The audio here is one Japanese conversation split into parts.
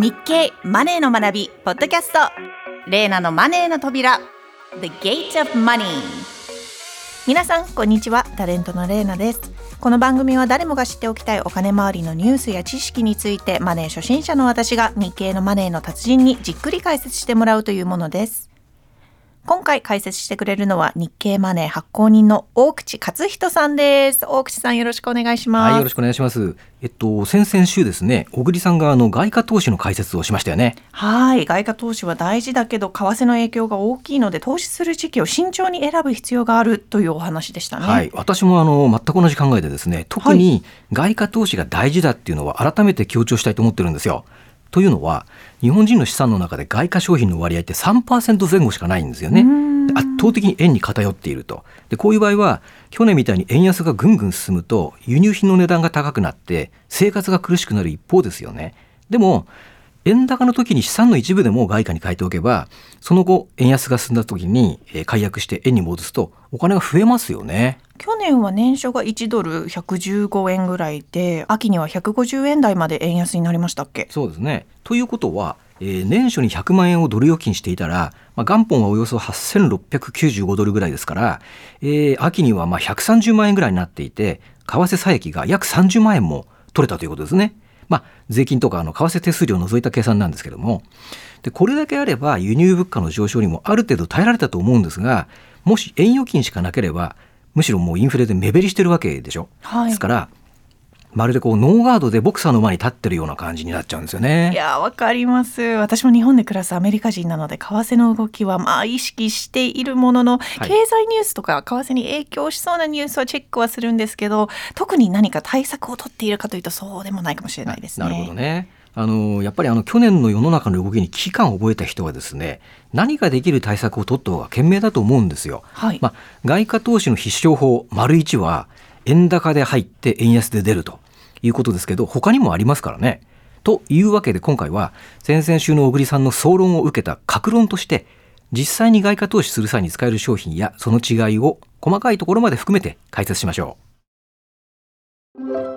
日経マネーの学びポッドキャスト、レイナのマネーの扉 The Gate of Money。 皆さんこんにちは、タレントのレイナです。この番組は誰もが知っておきたいお金周りのニュースや知識について、マネー初心者の私が日経のマネーの達人にじっくり解説してもらうというものです。今回解説してくれるのは日経マネー発行人の大口勝人さんです。大口さん、よろしくお願いします。 はい、よろしくお願いします。先々週ですね、小栗さんが外貨投資の解説をしましたよね。 はい、外貨投資は大事だけど為替の影響が大きいので、投資する時期を慎重に選ぶ必要があるというお話でしたね。 はい、私も全く同じ考えでですね、特に外貨投資が大事だっていうのは改めて強調したいと思ってるんですよ。というのは、日本人の資産の中で外貨商品の割合って 3% 前後しかないんですよね。圧倒的に円に偏っていると。で、こういう場合は去年みたいに円安がぐんぐん進むと輸入品の値段が高くなって生活が苦しくなる一方ですよね。でも円高の時に資産の一部でも外貨に変えておけば、その後円安が進んだ時に解約して円に戻すとお金が増えますよね。 去年は年初が1ドル115円ぐらいで、秋には150円台まで円安になりましたっけ。 そうですね。ということは、年初に100万円をドル預金していたら、元本はおよそ8695ドルぐらいですから、秋には130万円ぐらいになっていて、為替差益が約30万円も取れたということですね。税金とか為替手数料を除いた計算なんですけども、でこれだけあれば輸入物価の上昇にもある程度耐えられたと思うんですが、もし円預金しかなければ、むしろもうインフレで目減りしてるわけでしょ。ですからまるでノーガードでボクサーの前に立ってるような感じになっちゃうんですよね。 いや、わかります。私も日本で暮らすアメリカ人なので、為替の動きは意識しているものの、経済ニュースとか為替に影響しそうなニュースはチェックはするんですけど、特に何か対策を取っているかというとそうでもないかもしれないですね。 なるほどね。やっぱり去年の世の中の動きに危機感を覚えた人はですね、何かできる対策を取った方が賢明だと思うんですよ。外貨投資の必勝法丸1は円高で入って円安で出るということですけど、他にもありますからね。というわけで今回は先々週の小栗さんの総論を受けた各論として、実際に外貨投資する際に使える商品やその違いを細かいところまで含めて解説しましょう。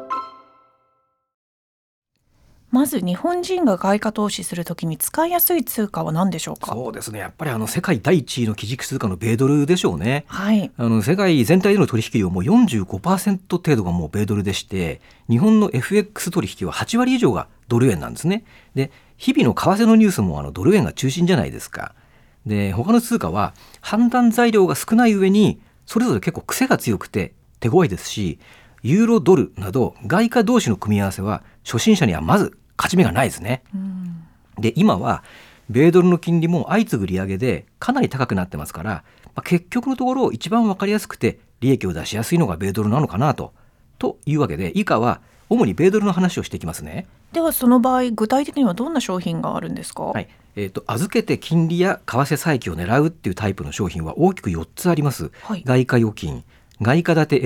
まず日本人が外貨投資するときに使いやすい通貨は何でしょうか。 そうですね、やっぱり世界第一位の基軸通貨の米ドルでしょうね。 はい、 世界全体での取引量も 45% 程度がもう米ドルでして、日本の FX 取引は8割以上がドル円なんですね。で、日々の為替のニュースもドル円が中心じゃないですか。で、他の通貨は判断材料が少ない上にそれぞれ結構癖が強くて手強いですし、ユーロドルなど外貨同士の組み合わせは初心者にはまず勝ち目がないですね。で、今は米ドルの金利も相次ぐ利上げでかなり高くなってますから、結局のところ一番分かりやすくて利益を出しやすいのが米ドルなのかなというわけで、以下は主に米ドルの話をしていきますね。 ではその場合、具体的にはどんな商品があるんですか。 預けて金利や為替差益を狙うっていうタイプの商品は大きく4つあります。外貨預金、外貨建て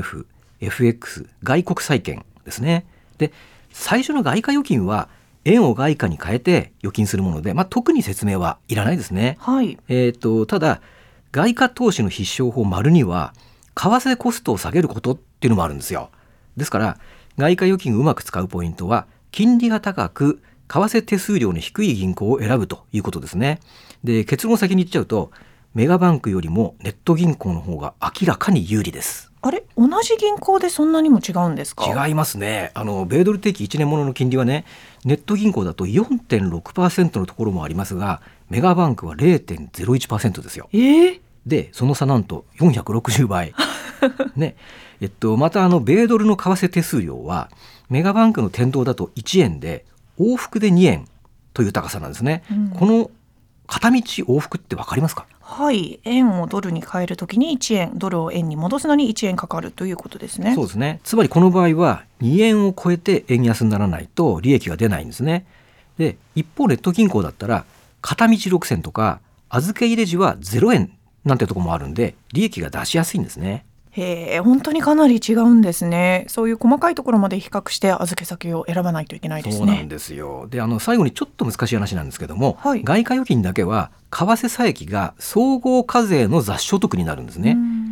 MMF、FX、外国債券ですね。で、最初の外貨預金は円を外貨に変えて預金するもので、特に説明はいらないですね。ただ外貨投資の必勝法丸には為替コストを下げることっていうのもあるんですよ。ですから外貨預金をうまく使うポイントは、金利が高く為替手数料の低い銀行を選ぶということですね。で、結論を先に言っちゃうと、メガバンクよりもネット銀行の方が明らかに有利です。 あれ、同じ銀行でそんなにも違うんですか。 違いますね。米ドル定期1年ものの金利はね、ネット銀行だと 4.6% のところもありますが、メガバンクは 0.01% ですよ。で、その差なんと460倍ね。また米ドルの為替手数料はメガバンクの店頭だと1円で往復で2円という高さなんですね。この片道往復って分かりますか。 はい、円をドルに変えるときに1円、ドルを円に戻すのに1円かかるということですね。 そうですね。つまりこの場合は2円を超えて円安にならないと利益が出ないんですね。で、一方ネット銀行だったら片道6銭とか預け入れ時は0円なんてとこもあるんで、利益が出しやすいんですね。 本当にかなり違うんですね。そういう細かいところまで比較して預け先を選ばないといけないですね。 そうなんですよ。で、最後にちょっと難しい話なんですけども、外貨預金だけは為替差益が総合課税の雑所得になるんですね。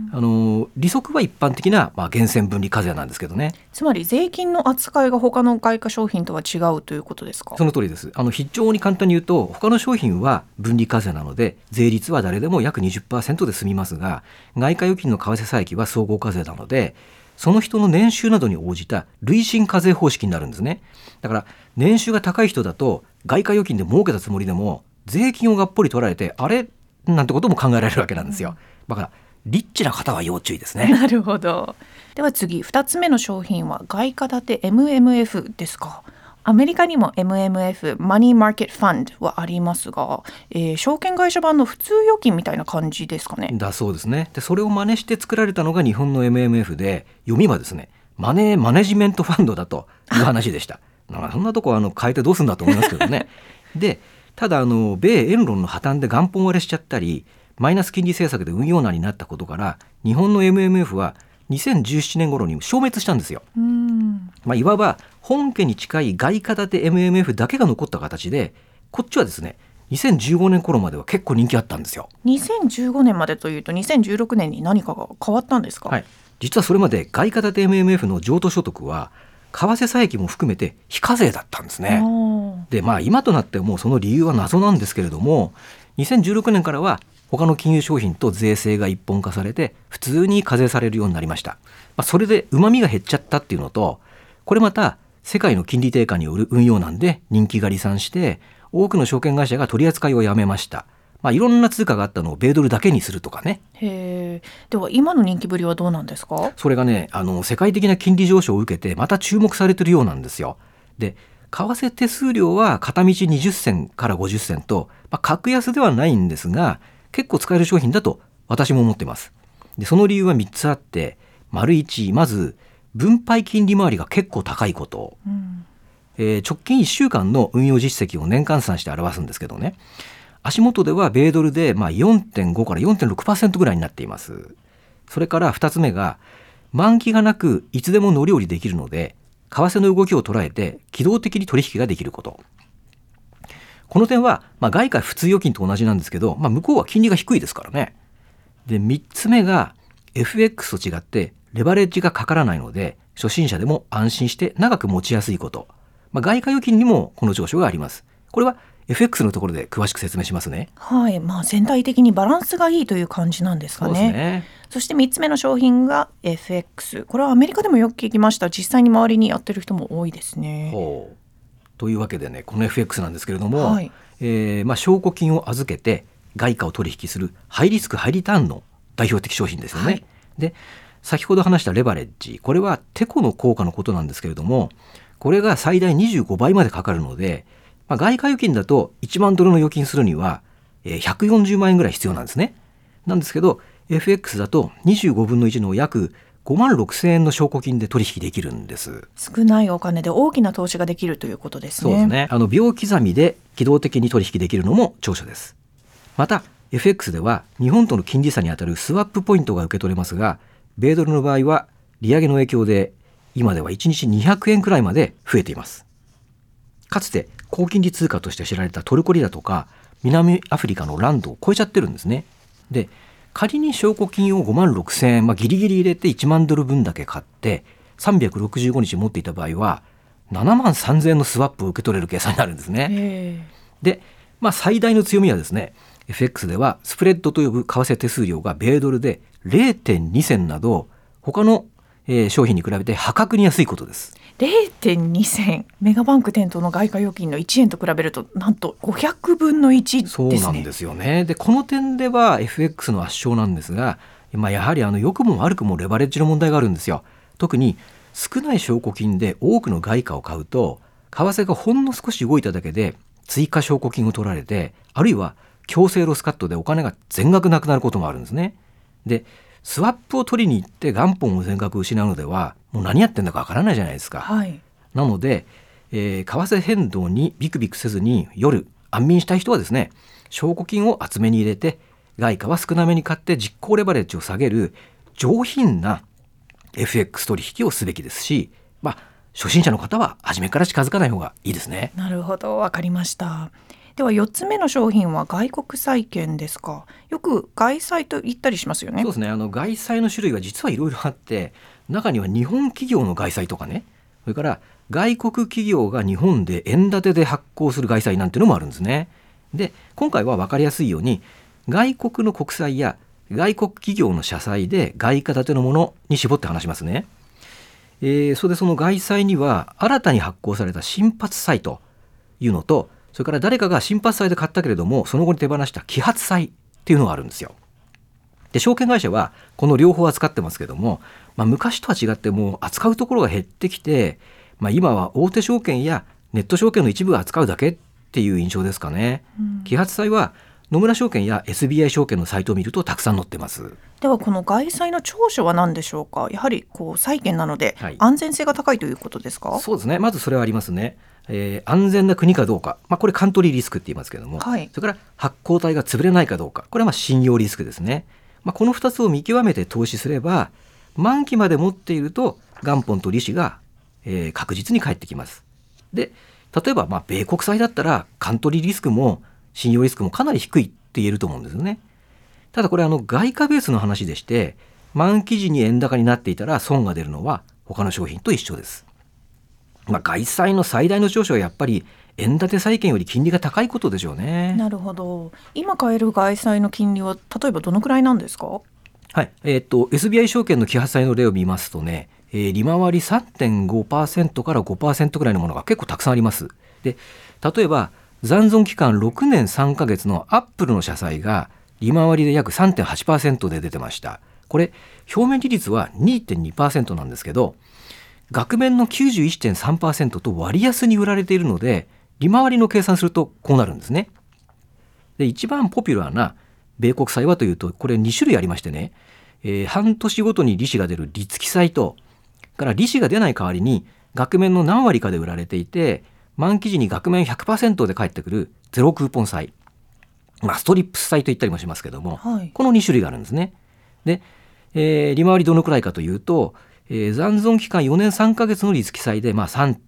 利息は一般的な、源泉分離課税なんですけどね。 つまり税金の扱いが他の外貨商品とは違うということですか？ その通りです。非常に簡単に言うと、他の商品は分離課税なので税率は誰でも約 20% で済みますが、外貨預金の為替差益は総合課税なので、その人の年収などに応じた累進課税方式になるんですね。だから年収が高い人だと外貨預金で儲けたつもりでも税金をがっぽり取られてあれなんてことも考えられるわけなんですよ。だからリッチな方は要注意ですね。 なるほど。では次、2つ目の商品は外貨建て MMF ですか？アメリカにも MMF マニーマーケットファンドはありますが、証券会社版の普通預金みたいな感じですかね？ だそうですね。でそれを真似して作られたのが日本の MMF で、読みはですねマネジメントファンドだという話でした。そんなとこ変えてどうするんだと思いますけどね。でただ米円論の破綻で元本割れしちゃったりマイナス金利政策で運用難になったことから日本の MMF は2017年頃に消滅したんですよ。いわば本家に近い外貨建て MMF だけが残った形で、こっちはですね2015年頃までは結構人気あったんですよ。 2015年までというと2016年に何かが変わったんですか？ はい、実はそれまで外貨建て MMF の譲渡所得は為替差益も含めて非課税だったんですね。で今となってはもうその理由は謎なんですけれども、2016年からは他の金融商品と税制が一本化されて普通に課税されるようになりました。それで旨味が減っちゃったっていうのと、これまた世界の金利低下による運用難で人気が離散して多くの証券会社が取り扱いをやめました。いろんな通貨があったのを米ドルだけにするとかね。 へー。では今の人気ぶりはどうなんですか？ それがね世界的な金利上昇を受けてまた注目されているようなんですよ。で為替手数料は片道20銭から50銭と、格安ではないんですが結構使える商品だと私も思っています。でその理由は3つあって、丸1、まず分配金利回りが結構高いこと、直近1週間の運用実績を年換算して表すんですけどね、足元では米ドルで4.5 から 4.6% ぐらいになっています。それから2つ目が満期がなくいつでも乗り降りできるので為替の動きを捉えて機動的に取引ができること。この点は、外貨普通預金と同じなんですけど、向こうは金利が低いですからね。で3つ目が FX と違ってレバレッジがかからないので初心者でも安心して長く持ちやすいこと。外貨預金にもこの長所があります。これは FX のところで詳しく説明しますね。 はい、全体的にバランスがいいという感じなんですかね。 そうですね。 そして3つ目の商品が FX。 これはアメリカでもよく聞きました。実際に周りにやってる人も多いですね。 というわけでね、この FX なんですけれども、証拠金を預けて外貨を取引するハイリスクハイリターンの代表的商品ですよね。で先ほど話したレバレッジ、これはテコの効果のことなんですけれども、これが最大25倍までかかるので、外貨預金だと1万ドルの預金するには140万円ぐらい必要なんですね。なんですけど FX だと25分の1の約5万6千円の証拠金で取引できるんです。 少ないお金で大きな投資ができるということですね。 そうですね。秒刻みで機動的に取引できるのも長所です。また FX では日本との金利差にあたるスワップポイントが受け取れますが、米ドルの場合は利上げの影響で今では1日200円くらいまで増えています。かつて高金利通貨として知られたトルコリラとか南アフリカのランドを超えちゃってるんですね。で仮に証拠金を5万6千円、ギリギリ入れて1万ドル分だけ買って365日持っていた場合は7万3千円のスワップを受け取れる計算になるんですね。で、最大の強みはですね、 FX ではスプレッドと呼ぶ為替手数料が米ドルで 0.2 銭など他の商品に比べて破格に安いことです。 0.2 銭、メガバンク店頭の外貨預金の1円と比べるとなんと500分の1ですね。 そうなんですよね。でこの点では FX の圧勝なんですが、やはり良くも悪くもレバレッジの問題があるんですよ。特に少ない証拠金で多くの外貨を買うと為替がほんの少し動いただけで追加証拠金を取られて、あるいは強制ロスカットでお金が全額なくなることもあるんですね。でスワップを取りに行って元本を全額失うのではもう何やってんだかわからないじゃないですか。なので、為替変動にビクビクせずに夜安眠したい人はですね、証拠金を厚めに入れて外貨は少なめに買って実行レバレッジを下げる上品な FX 取引をすべきですし、初心者の方は初めから近づかない方がいいですね。 なるほど、わかりました。 では4つ目の商品は外国債券ですか。よく外債と言ったりしますよね。 そうですね。外債の種類は実はいろいろあって、中には日本企業の外債とかね、それから外国企業が日本で円建てで発行する外債なんていうのもあるんですね。で、今回は分かりやすいように外国の国債や外国企業の社債で外貨建てのものに絞って話しますね。それでその外債には新たに発行された新発債というのと、それから誰かが新発債で買ったけれどもその後に手放した揮発債っていうのがあるんですよ。で、証券会社はこの両方扱ってますけども、昔とは違ってもう扱うところが減ってきて、今は大手証券やネット証券の一部を扱うだけっていう印象ですかね。揮発債は野村証券や SBI 証券のサイトを見るとたくさん載ってます。 ではこの外債の長所は何でしょうか。やはり債券なので安全性が高いということですか。 そうですね。まずそれはありますね。安全な国かどうか、これカントリーリスクって言いますけども、それから発行体が潰れないかどうか、これは信用リスクですね。この2つを見極めて投資すれば満期まで持っていると元本と利子が、確実に返ってきます。で、例えば米国債だったらカントリーリスクも信用リスクもかなり低いって言えると思うんですよね。ただこれ外貨ベースの話でして、満期時に円高になっていたら損が出るのは他の商品と一緒です。外債の最大の長所はやっぱり円建て債券より金利が高いことでしょうね。 なるほど。今買える外債の金利は例えばどのくらいなんですか。 はい、SBI 証券の揮発債の例を見ますとね、利回り 3.5% から 5% ぐらいのものが結構たくさんあります。で、例えば残存期間6年3ヶ月のアップルの社債が利回りで約 3.8% で出てました。これ表面利率は 2.2% なんですけど、額面の 91.3% と割安に売られているので利回りの計算するとこうなるんですね。で、一番ポピュラーな米国債はというとこれ2種類ありましてね、半年ごとに利子が出る利付き債と、から利子が出ない代わりに額面の何割かで売られていて満期時に額面 100% で返ってくるゼロクーポン債、ストリップス債と言ったりもしますけども、この2種類があるんですね。で、利回りどのくらいかというと、残存期間4年3ヶ月の利付き債で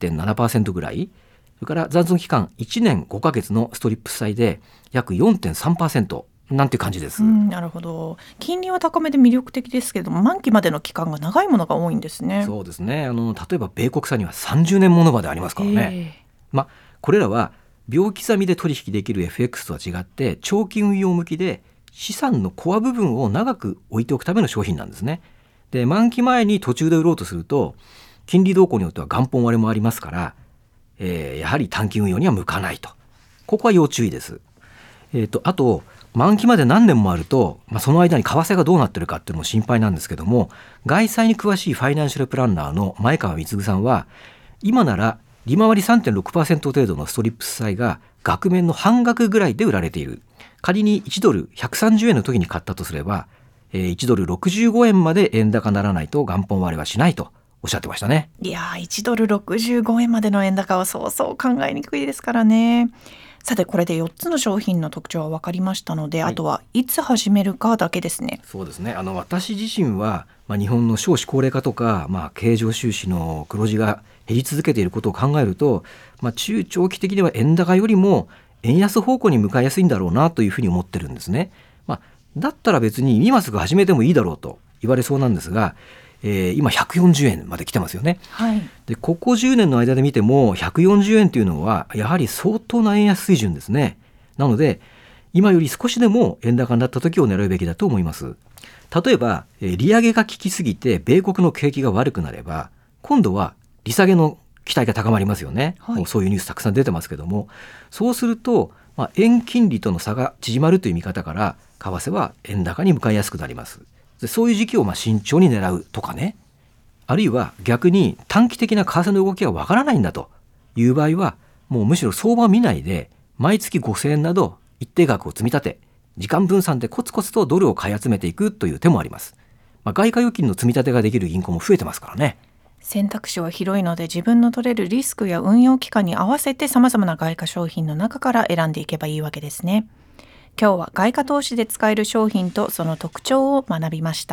3.7% ぐらい、それから残存期間1年5ヶ月のストリップス債で約 4.3% なんていう感じです。 なるほど。金利は高めで魅力的ですけども満期までの期間が長いものが多いんですね。 そうですね。例えば米国債には30年ものまでありますからね。これらは秒刻みで取引できる FX とは違って長期運用向きで資産のコア部分を長く置いておくための商品なんですね。で、満期前に途中で売ろうとすると金利動向によっては元本割れもありますから、やはり短期運用には向かないと。ここは要注意です。あと満期まで何年もあると、その間に為替がどうなってるかっていうのも心配なんですけども、外債に詳しいファイナンシャルプランナーの前川貢さんは今なら利回り 3.6% 程度のストリップス債が額面の半額ぐらいで売られている。仮に1ドル130円の時に買ったとすれば、1ドル65円まで円高ならないと元本割れはしないとおっしゃってましたね。 いやー、1ドル65円までの円高はそうそう考えにくいですからね。さて、これで4つの商品の特徴は分かりましたので、あとはいつ始めるかだけですね。 そうですね。私自身は、日本の少子高齢化とか、経常収支の黒字が減り続けていることを考えると、中長期的には円高よりも円安方向に向かいやすいんだろうなというふうに思ってるんですね。だったら別に今すぐ始めてもいいだろうと言われそうなんですが、今140円まで来てますよね。で、ここ10年の間で見ても140円というのはやはり相当な円安水準ですね。なので今より少しでも円高になった時を狙うべきだと思います。例えば、利上げが効きすぎて米国の景気が悪くなれば今度は利下げの期待が高まりますよね。そういうニュースたくさん出てますけども、そうすると、円金利との差が縮まるという見方から為替は円高に向かいやすくなります。で、そういう時期を慎重に狙うとかね、あるいは逆に短期的な為替の動きがわからないんだという場合はもうむしろ相場を見ないで毎月5000円など一定額を積み立て、時間分散でコツコツとドルを買い集めていくという手もあります。外貨預金の積み立てができる銀行も増えてますからね。 選択肢は広いので自分の取れるリスクや運用期間に合わせて様々な外貨商品の中から選んでいけばいいわけですね。今日は外貨投資で使える商品とその特徴を学びました。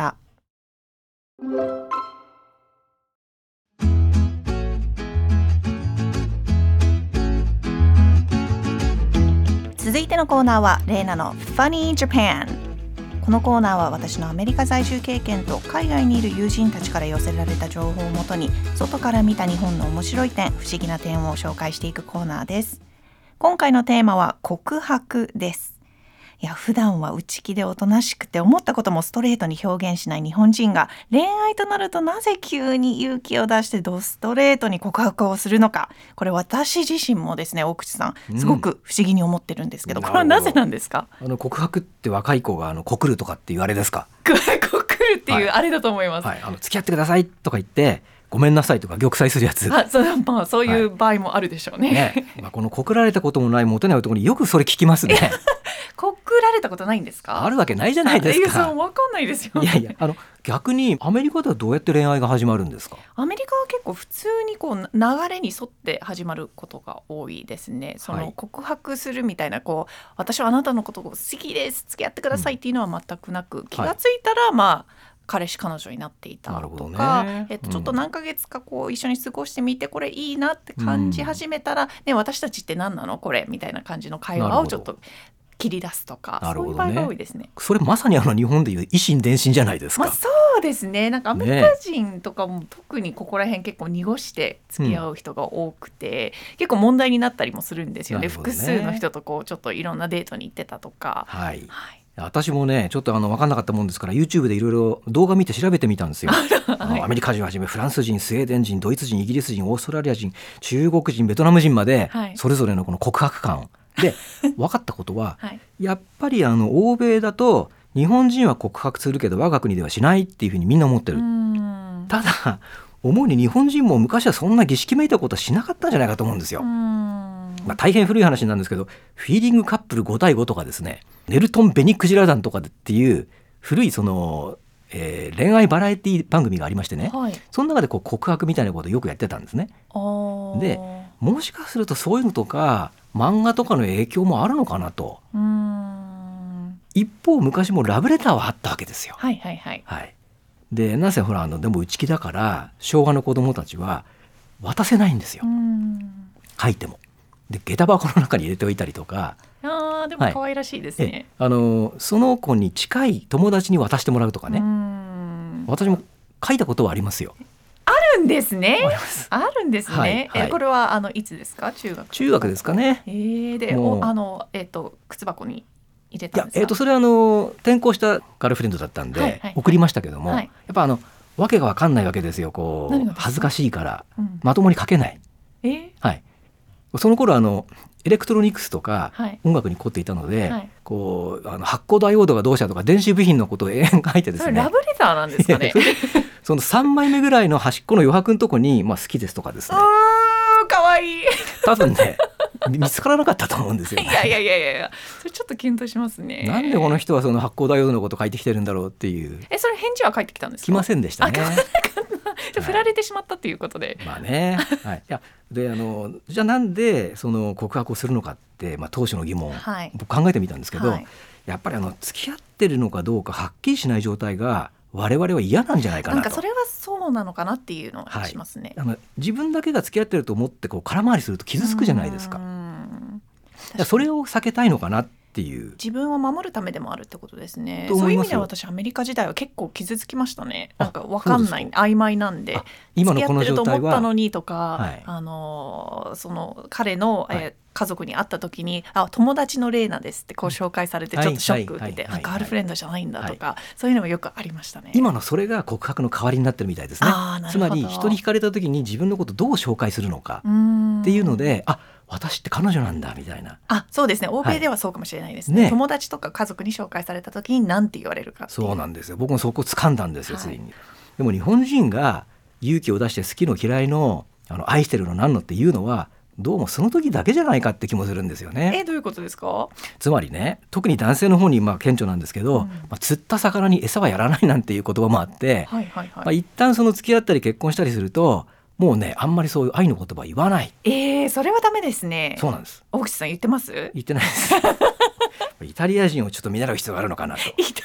続いてのコーナーはレイナの Funny Japan。 このコーナーは私のアメリカ在住経験と海外にいる友人たちから寄せられた情報をもとに外から見た日本の面白い点、不思議な点を紹介していくコーナーです。今回のテーマは告白です。いや、普段は内気でおとなしくて思ったこともストレートに表現しない日本人が恋愛となるとなぜ急に勇気を出してドストレートに告白をするのか、これ私自身もですね、大口さんすごく不思議に思ってるんですけど、これはなぜなんですか？ 告白って若い子が告るとかっていうあれですか？ 告るっていうあれだと思います、 付き合ってくださいとか言ってごめんなさいとか玉砕するやつ。 そういう場合もあるでしょうね。 この告られたこともないモテない男によくそれ聞きますね。 告られたことないんですか？ あるわけないじゃないですか。 分かんないですよ。 いや逆にアメリカではどうやって恋愛が始まるんですか？ アメリカは結構普通にこう流れに沿って始まることが多いですね。その告白するみたいな私はあなたのことが好きです付き合ってくださいっていうのは全くなく、気がついたら彼氏彼女になっていたとか、ちょっと何ヶ月か一緒に過ごしてみてこれいいなって感じ始めたら、私たちって何なのこれみたいな感じの会話をちょっと切り出すとか、そういう場合が多いですね。 それまさに日本でいう以心伝心じゃないですか。 そうですね。アメリカ人とかも特にここら辺結構濁して付き合う人が多くて、結構問題になったりもするんですよね。複数の人とちょっといろんなデートに行ってたとか。 私もねちょっと分かんなかったもんですから YouTube でいろいろ動画見て調べてみたんですよ。アメリカ人をはじめフランス人、スウェーデン人、ドイツ人、イギリス人、オーストラリア人、中国人、ベトナム人まで、それぞれのこの告白感で分かったことは、やっぱり欧米だと日本人は告白するけど我が国ではしないっていうふうにみんな思ってる。ただ思うに日本人も昔はそんな儀式めいたことはしなかったんじゃないかと思うんですよ。大変古い話なんですけど、フィーリングカップル5対5とかですね、ネルトン・ベニックジラ団とかっていう古い恋愛バラエティ番組がありましてね、その中で告白みたいなことをよくやってたんですね。でもしかするとそういうのとか漫画とかの影響もあるのかなと。一方昔もラブレターはあったわけですよ。でなぜでも内気だから昭和の子供たちは渡せないんですよ。書いてもで下駄箱の中に入れておいたりとか。 でも可愛らしいですね。 その子に近い友達に渡してもらうとかね。私も書いたことはありますよ。 あるんですね。あるんですね。これはいつですか？中学ですかね。で靴箱に入れたんですか？ それは転校したガールフレンドだったんで送りましたけども、やっぱわけが分かんないわけですよ。恥ずかしいからまともに書けない。その頃エレクトロニクスとか音楽に凝っていたので、発光ダイオードがどうしたとか電子部品のことを延々書いてですね。 それラブレターなんですかね。 その3枚目ぐらいの端っこの余白のとこに、好きですとかですね。 かわいい。 多分ね見つからなかったと思うんですよね。 いやそれちょっとキュンとしますね。 なんでこの人はその発光ダイオードのこと書いてきてるんだろうっていう。 それ返事は返ってきたんですか？ 来ませんでしたね。 振られてしまったということで。 でじゃあなんでその告白をするのかって、当初の疑問、僕考えてみたんですけど、やっぱり付き合ってるのかどうかはっきりしない状態が我々は嫌なんじゃないかなと。 それはそうなのかなっていうのはしますね。 自分だけが付き合ってると思って空回りすると傷つくじゃないですか。それを避けたいのかなっていう。 自分を守るためでもあるってことですね。そういう意味では私アメリカ時代は結構傷つきましたね。分かんない曖昧なんで、 今のこの状態は付き合ってると思ったのにとか、その彼の、家族に会った時に友達のレイナですって紹介されてちょっとショック受けて、ガールフレンドじゃないんだとか、そういうのもよくありましたね。 今のそれが告白の代わりになってるみたいですね。つまり人に惹かれた時に自分のことどう紹介するのかっていうので、私って彼女なんだみたいな。 そうですね。欧米ではそうかもしれないですね。友達とか家族に紹介された時に何て言われるかっていう。 そうなんですよ。僕もそこ掴んだんですよ、ついに。でも日本人が勇気を出して好きの嫌いの愛してるの何のっていうのはどうもその時だけじゃないかって気もするんですよね。 どういうことですか？ つまりね、特に男性の方に顕著なんですけど、釣った魚に餌はやらないなんていう言葉もあって、一旦その付き合ったり結婚したりするともうね、あんまりそういう愛の言葉言わない。 それはダメですね。 そうなんです。 大口さん言ってます？ 言ってないです。イタリア人をちょっと見習う必要があるのかなと。 イタリア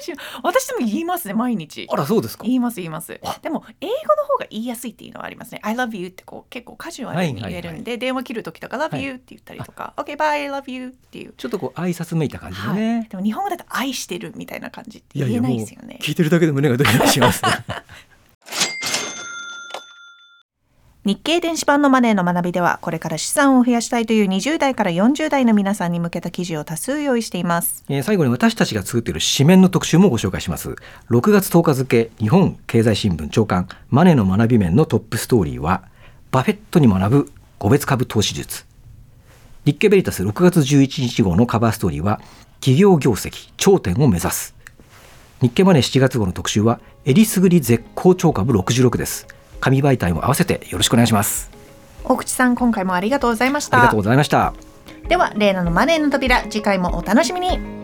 私でも言いますね、毎日。 あら、そうですか。 言います。でも英語の方が言いやすいっていうのはありますね。I love you って結構カジュアルに言えるんで、電話切る時とか love you って言ったりとか、OK bye I love you っていう、 ちょっと挨拶めいた感じでね、 でも日本語だと愛してるみたいな感じって言えないですよね。 聞いてるだけで胸がドキドキします日経電子版のマネーの学びでは、これから資産を増やしたいという20代から40代の皆さんに向けた記事を多数用意しています。 最後に私たちが作っている紙面の特集もご紹介します。6月10日付日本経済新聞朝刊マネーの学び面のトップストーリーは、バフェットに学ぶ個別株投資術。日経ベリタス6月11日号のカバーストーリーは、企業業績頂点を目指す。日経マネー7月号の特集は、えりすぐり絶好調株66です。紙媒体も合わせてよろしくお願いします。 大口さん、今回もありがとうございました。 ありがとうございました。 では、レイナのマネーの扉、次回もお楽しみに。